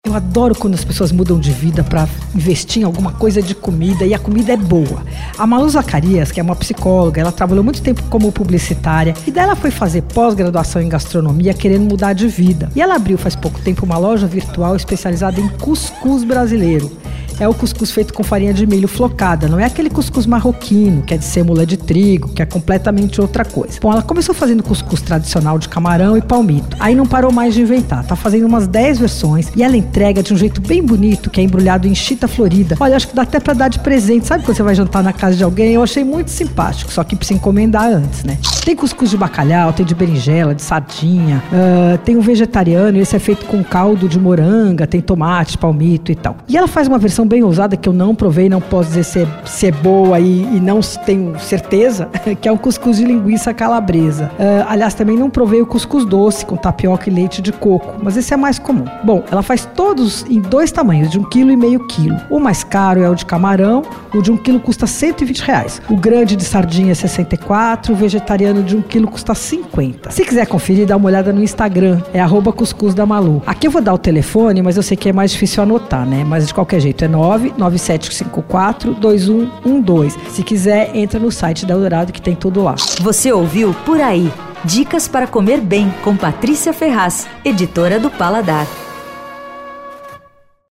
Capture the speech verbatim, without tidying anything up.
Eu adoro quando as pessoas mudam de vida para investir em alguma coisa de comida e a comida é boa. A Malu Zacarias, que é uma psicóloga, ela trabalhou muito tempo como publicitária e daí ela foi fazer pós-graduação em gastronomia querendo mudar de vida. E ela abriu faz pouco tempo uma loja virtual especializada em cuscuz brasileiro. É o cuscuz feito com farinha de milho flocada, não é aquele cuscuz marroquino, que é de sêmola de trigo, que é completamente outra coisa. Bom, ela começou fazendo cuscuz tradicional de camarão e palmito, aí não parou mais de inventar, tá fazendo umas dez versões e ela entrega de um jeito bem bonito, que é embrulhado em chita florida. Olha, acho que dá até pra dar de presente, sabe quando você vai jantar na casa de alguém? Eu achei muito simpático, só que precisa encomendar antes, né? Tem cuscuz de bacalhau, tem de berinjela, de sardinha, uh, tem um vegetariano, esse é feito com caldo de moranga, tem tomate, palmito e tal. E ela faz uma versão bem ousada que eu não provei, não posso dizer se é, se é boa e, e não tenho certeza, que é um cuscuz de linguiça calabresa. Uh, aliás, também não provei o cuscuz doce com tapioca e leite de coco, mas esse é mais comum. Bom, ela faz todos em dois tamanhos, de um quilo e meio quilo. O mais caro é o de camarão, o de um quilo custa cento e vinte reais. O grande de sardinha é sessenta e quatro, o vegetariano de um quilo custa cinquenta. Se quiser conferir, dá uma olhada no Instagram, é arroba cuscuz da Malu. Aqui eu vou dar o telefone, mas eu sei que é mais difícil anotar, né? Mas de qualquer jeito é nove nove sete cinco quatro dois um um dois. Se quiser, entra no site da Eldorado que tem tudo lá. Você ouviu Por Aí. Dicas para comer bem com Patrícia Ferraz, editora do Paladar.